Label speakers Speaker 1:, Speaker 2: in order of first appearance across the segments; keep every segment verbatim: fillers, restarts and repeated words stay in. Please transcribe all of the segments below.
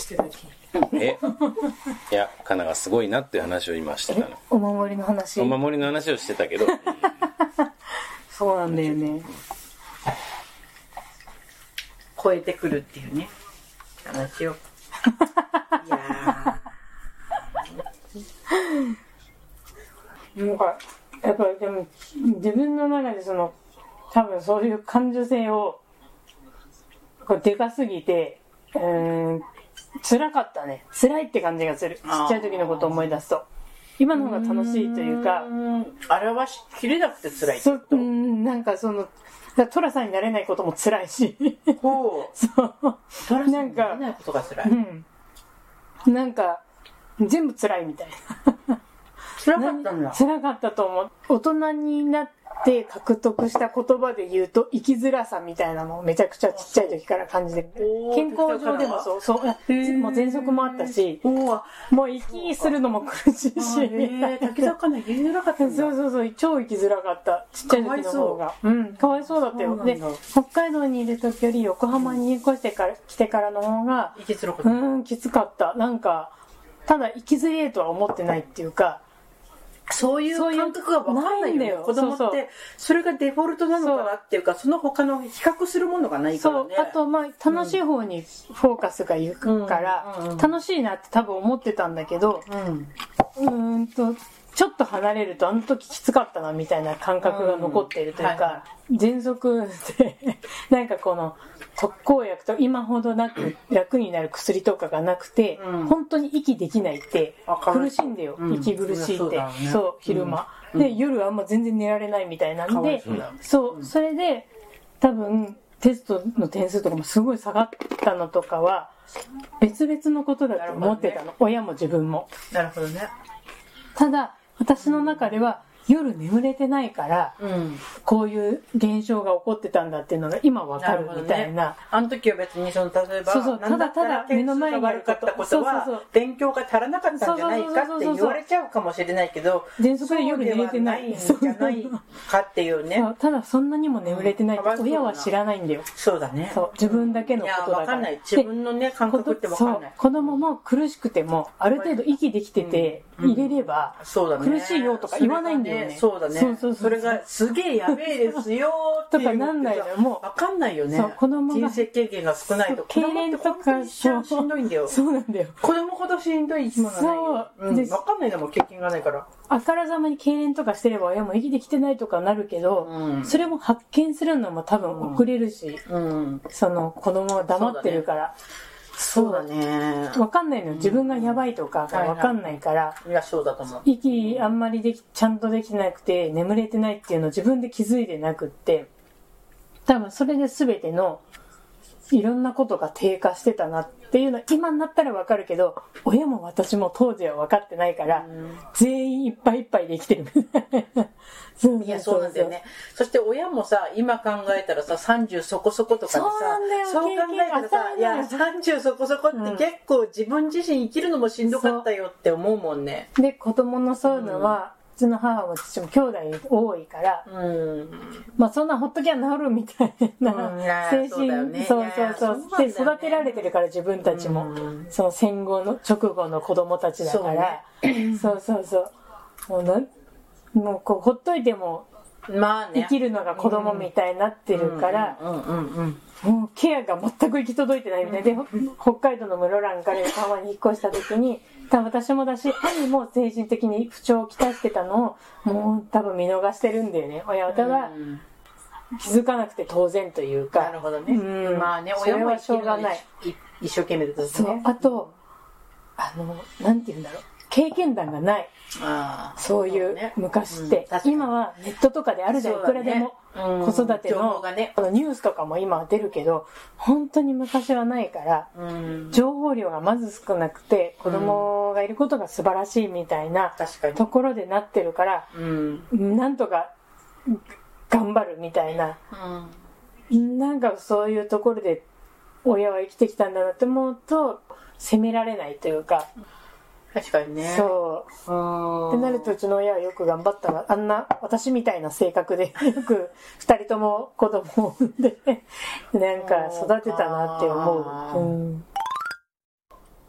Speaker 1: してたっ
Speaker 2: けえいやカナがすごいなっていう話を今してたの。
Speaker 1: お守りの話。
Speaker 2: お守りの話をしてたけど
Speaker 1: そうなんだよね。超えてくるっていうね話をいやなんかやっぱりでも自分の中でその多分そういう感受性をこうでかすぎてうーん辛かったね。辛いって感じがする。ちっちゃい時のことを思い出すと今の方が楽しいというか、
Speaker 3: 表しきれなくて辛いって
Speaker 1: こと。うん、なんかそのトラさんになれないことも辛いし
Speaker 3: ほう
Speaker 1: そう
Speaker 3: トラさんになれないことが辛い、
Speaker 1: うん、なんか全部辛いみたいな
Speaker 3: 辛かったんだ。
Speaker 1: 辛かったと思う。大人になって獲得した言葉で言うと生きづらさみたいなのをめちゃくちゃちっちゃい時から感じてる。健康上でもそうそう、もう喘息もあったし、もう息するのも苦しいし、
Speaker 3: 滝坂の生きづらかったんだ。
Speaker 1: そうそうそう、超生きづらかった。ちっちゃい時の方が、うん、かわいそうだったよ。で、北海道にいる時より横浜に引っ越してから来てからの方が
Speaker 3: 生きづらかった。
Speaker 1: うん、きつかった。なんかただ生きづれえとは思ってないっていうか。
Speaker 3: そういう感覚が分かんないんだよ。子供ってそれがデフォルトなのかなっていうか、その他の比較するものがないからね。
Speaker 1: そう、あとまあ楽しい方にフォーカスがいくから、うん、楽しいなって多分思ってたんだけど、うん、うーんとちょっと離れるとあの時きつかったなみたいな感覚が残っているというか、喘息でなんかこの特効薬と今ほどなく楽になる薬とかがなくて、うん、本当に息できないって苦しいんだよ、うん、息苦しいって、うん、そうだね、そう昼間、うん、で夜あんま全然寝られないみたいなんで、うん、そう、それで多分テストの点数とかもすごい下がったのとかは別々のことだと思ってたの、ね、親も自分も。
Speaker 3: なるほどね。
Speaker 1: ただ私の中では夜眠れてないから、うん、こういう現象が起こってたんだっていうのが今わかるみたいな、ね、
Speaker 3: あの時は別にその例えば
Speaker 1: そうそう、ただただ目の前に
Speaker 3: 悪かったことは勉強が足らなかったんじゃないかって言われちゃうかもしれないけど、
Speaker 1: 喘息で夜寝れてない
Speaker 3: んじゃないかっていうね。
Speaker 1: ただそんなにも眠れてないって親は知らないんだよ。
Speaker 3: そうだね。
Speaker 1: そう自分だけのことだから。
Speaker 3: いや分かんない。自分のね感覚って分かんない。
Speaker 1: 子供も苦しくてもある程度息できてて入れれば、
Speaker 3: そうだね、
Speaker 1: 苦しいよとか言わないんだよね。
Speaker 3: そうだね。そうそうそう、それがすげえやべえですよっていう
Speaker 1: とかなんないのよ。もう
Speaker 3: 分かんないよね。
Speaker 1: そう子供が
Speaker 3: 人生経験が少ないと
Speaker 1: 痙攣とか
Speaker 3: しんどいんだよ。
Speaker 1: そうなんだよ。
Speaker 3: 子供ほどしんどい生き物がないよ。そう、うん、分かんないのも経験がないから。
Speaker 1: あからさまに痙攣とかしてれば親も生きてきてないとかなるけど、うん、それも発見するのも多分遅れるし、うん、その子供は黙ってるから。
Speaker 3: そうだね。
Speaker 1: 分かんないのよ。自分がやばいとかが分かんないから、
Speaker 3: いやそうだと思う。
Speaker 1: 息あんまりできちゃんとできなくて眠れてないっていうのを自分で気づいてなくって、多分それで全てのいろんなことが低下してたなっていうのは今になったら分かるけど、親も私も当時は分かってないから、うん、全員いっぱいいっぱいで生きてるみたいな。
Speaker 3: いやそうなんだよね。そして親もさ今考えたらささんじゅうそこそことかでさ、そう考えたらさ、いやさんじゅうそこそこって結構自分自身生きるのもしんどかったよって思うもんね。
Speaker 1: で子供のそういうのは、うん、うちの母も父も兄弟多いから、うん、まあそんなほっときゃ治るみたいな、うん、精神、そう、ね、そうそうそう、で育てられてるから自分たちも、うん、その戦後の直後の子供たちだから、そうね、そうそうそう、もうなもうこうほっといても
Speaker 3: まあね、
Speaker 1: 生きるのが子供みたいになってるから、もうケアが全く行き届いてないみたいで、北海道の室蘭から横浜に引っ越した時に多分私もだし兄も精神的に不調をきたしてたのをもう多分見逃してるんだよね。親方が気づかなくて当然というか。
Speaker 3: なるほどね。うん、まあね、親はしょうがない。一生懸命ですね。
Speaker 1: そう、あとあのなんて言うんだろう、経験談がない。あそういう昔って、うん、今はネットとかであるじゃん、いくらでも、うん、子育て の,、ね、このニュースとかも今は出るけど本当に昔はないから、うん、情報量がまず少なくて子供がいることが素晴らしいみたいなところでなってるから、うん、なんとか頑張るみたいな、うん、なんかそういうところで親は生きてきたんだなって思うと責められないというか、
Speaker 3: 確かにね。
Speaker 1: そう。うんってなるとうちの親はよく頑張ったな。あんな私みたいな性格でよく二人とも子供を産んでなんか育てたなって思う。うん、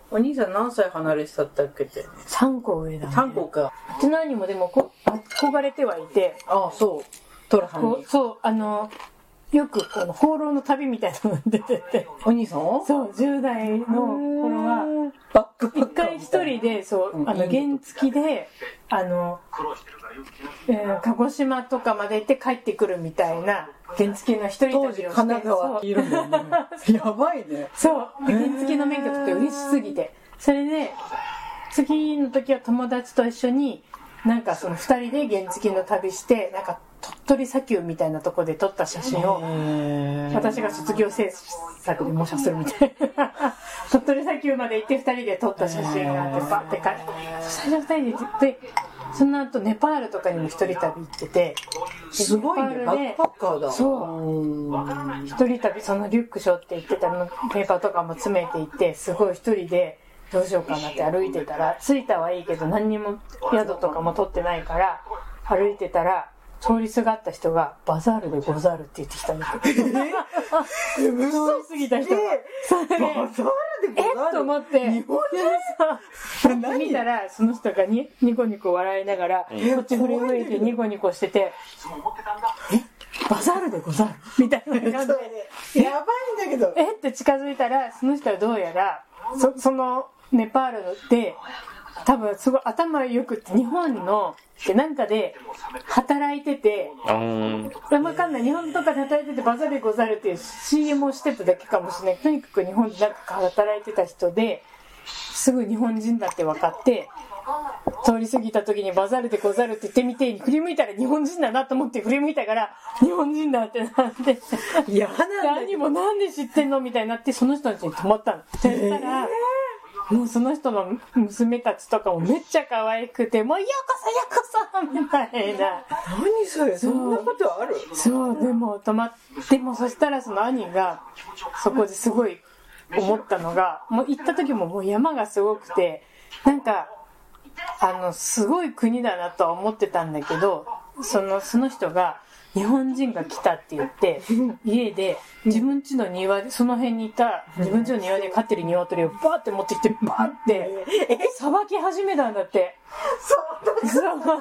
Speaker 3: お兄さん何歳離れてたったっけって。
Speaker 1: さんこ上だね。
Speaker 3: さんこか。
Speaker 1: うちの兄もでもこ憧れてはいて。
Speaker 3: ああ、そう。トラさんに。
Speaker 1: そう、あの、よくこの放浪の旅みたいなのが出てて。
Speaker 3: お兄さん？
Speaker 1: そう、じゅう代の頃は、
Speaker 3: バックパッ
Speaker 1: 一回一人で、そう、あの、原付で、あの、えー、鹿児島とかまで行って帰ってくるみたいな原付の一人旅をして、
Speaker 3: 当時神奈川にいるんだよね。やばいね。
Speaker 1: そう、原付の免許取って嬉しすぎて。それで、次の時は友達と一緒に、なんかその二人で原付の旅して、なんか鳥取砂丘みたいなとこで撮った写真を私が卒業制作で模写するみたいな鳥取砂丘まで行ってふたりで撮った写真があってバッて書いて最初ふたりで行ってその後ネパールとかにも一人旅行ってて
Speaker 3: すごいねバックパッカーだ
Speaker 1: そう一人旅そのリュック背負って行ってたのペーパーとかも詰めていってすごい一人でどうしようかなって歩いてたら着いたはいいけど何にも宿とかも取ってないから歩いてたら通りすがった人がバザールでござるって言ってきたんですよ。え通り過ぎた人が。それで、バザールでござるえっと思って、日本でさ、見たらその人がにニコニコ笑いながら、こっち振り向いてニコニコしてて、えバザールでござるみたいな感じ
Speaker 3: で。やばいんだけど。
Speaker 1: えって近づいたら、その人はどうやら、そ, そのネパールで、多分すごい頭良くって日本のなんかで働いてて分かんない日本とかで働いててバザルでござるっていう シーエム をしてただけかもしれないとにかく日本でなんか働いてた人ですぐ日本人だって分かって通り過ぎた時にバザルでござるって言ってみて振り向いたら日本人だなと思って振り向いたから日本人だってなって
Speaker 3: 嫌なんだ
Speaker 1: 兄もなんで知ってんのみたいになってその人たちに泊まったのそしたら、えーもうその人の娘たちとかもめっちゃ可愛くてもうよこそよこそみたいな
Speaker 3: 何それそんなことある
Speaker 1: そうでも止まってもそしたらその兄がそこですごい思ったのがもう行った時ももう山がすごくてなんかあのすごい国だなとは思ってたんだけどそのその人が日本人が来たって言って家で自分家の庭でその辺にいた自分家の庭で飼ってる鶏をバーって持ってきてバーってさばき始めたんだってそう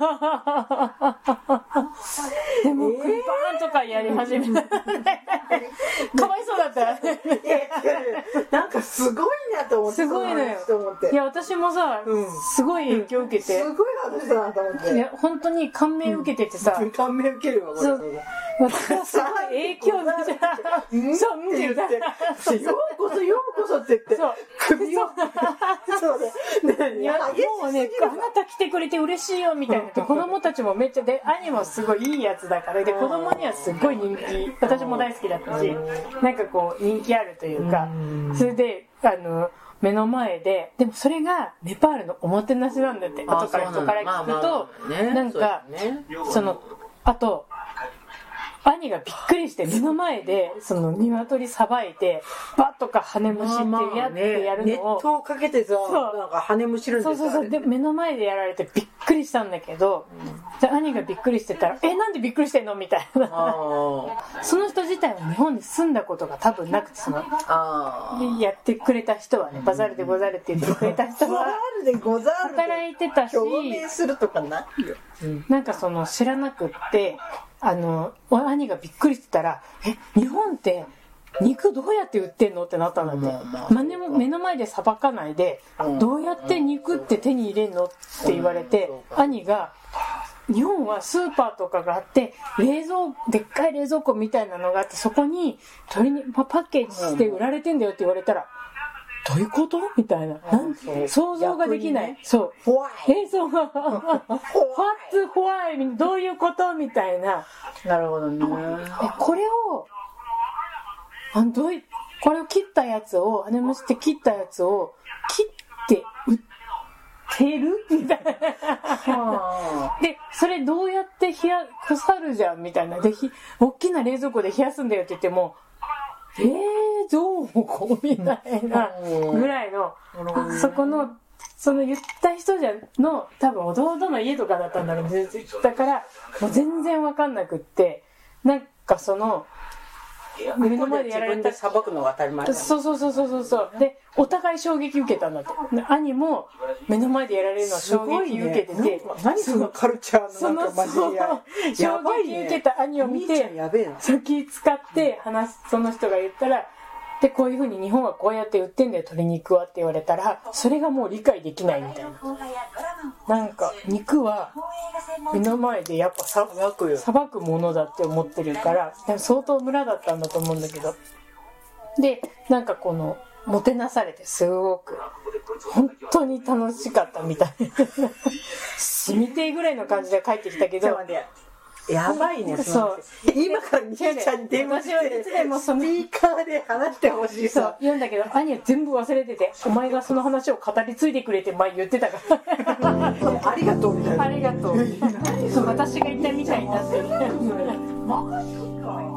Speaker 1: でもクリバーンとかやり始めたかわいそうだった
Speaker 3: なんかすごいなと思って
Speaker 1: すごいのよいや私もさ、うん、すごい影響を受けて、
Speaker 3: うん、すごい話だなと思って
Speaker 1: いや本当に感銘を受けててさ、
Speaker 3: うん、感銘受けるわこれ
Speaker 1: 私はすごい影響を受けてそう見てる
Speaker 3: ようこそようこそって言って
Speaker 1: そう
Speaker 3: 首をそうだ
Speaker 1: いやもうねあなた来てくれて嬉しいよみたいな子供たちもめっちゃで兄もすごいいいやつだからで子供にはすごい人気私も大好きだったしなんかこう人気あるというかそれであの目の前ででもそれがネパールのおもてなしなんだって後から人から聞くとなんかそのあと兄がびっくりして目の前でその鶏さばいてバッとか羽虫ってやってやるのを、
Speaker 3: まあまあね、熱湯をかけてさなんか羽虫るんですよ
Speaker 1: そうそうそうで目の前でやられてびっくりしたんだけど、うん、で兄がびっくりしてたらえなんでびっくりしてんのみたいなその人自体は日本で住んだことが多分なくてそのやってくれた人はねバザールでござるって言ってくれた人は働いてたし
Speaker 3: 表明するとかないよ、
Speaker 1: うん、なんかその知らなくってあの兄がびっくりしてたらえ日本って肉どうやって売ってんのってなったんだって、まあ、目の前でさばかないで、うん、どうやって肉って手に入れんのって言われて、うん、兄が日本はスーパーとかがあって冷蔵でっかい冷蔵庫みたいなのがあってそこに鶏に、まあ、パッケージして売られてんだよって言われたらどういうことみたいな。なん想像ができない。ね、そう。
Speaker 3: 怖い。
Speaker 1: え、そう。What's why? どういうことみたいな。
Speaker 3: なるほどね。
Speaker 1: え、これを、あどういこれを切ったやつを、羽虫って切ったやつを、切って売ってるみたいな。で、それどうやって冷や、腐るじゃんみたいな。で、ひ、大きな冷蔵庫で冷やすんだよって言っても、えー、どうこうみたいなぐらいの、そこの、その言った人じゃの、多分弟の家とかだったんだろうね。だから、もう全然わかんなくって、なんかその、 目の前でやられた。
Speaker 3: 自分でさばくのが当たり前だ。
Speaker 1: そうそうそうそうそう。で、お互い衝撃受けたんだって。兄も目の前でやられるのは衝撃受けてて、ね、
Speaker 3: 何そのカルチャーのなんか混じり合い。
Speaker 1: 衝撃受けた兄を見て、気使って話その人が言ったら、でこういうふうに日本はこうやって売ってんだよ鶏肉はって言われたら、それがもう理解できないみたいな。なんか肉は目の前でやっぱさばくよ、さばくものだって思ってるから、相当村だったんだと思うんだけど、でなんかこのもてなされてすごく本当に楽しかったみたい死にてえぐらいの感じで帰ってきたけど、
Speaker 3: やばいね。そう今から兄ちゃんに電話して、スピーカーで話してほしい。
Speaker 1: そう言うんだけど、兄は全部忘れてて、お前がその話を語り継いでくれて前言ってたから
Speaker 3: ありがとうみたいな。
Speaker 1: ありがとう私が言ったみたいになってる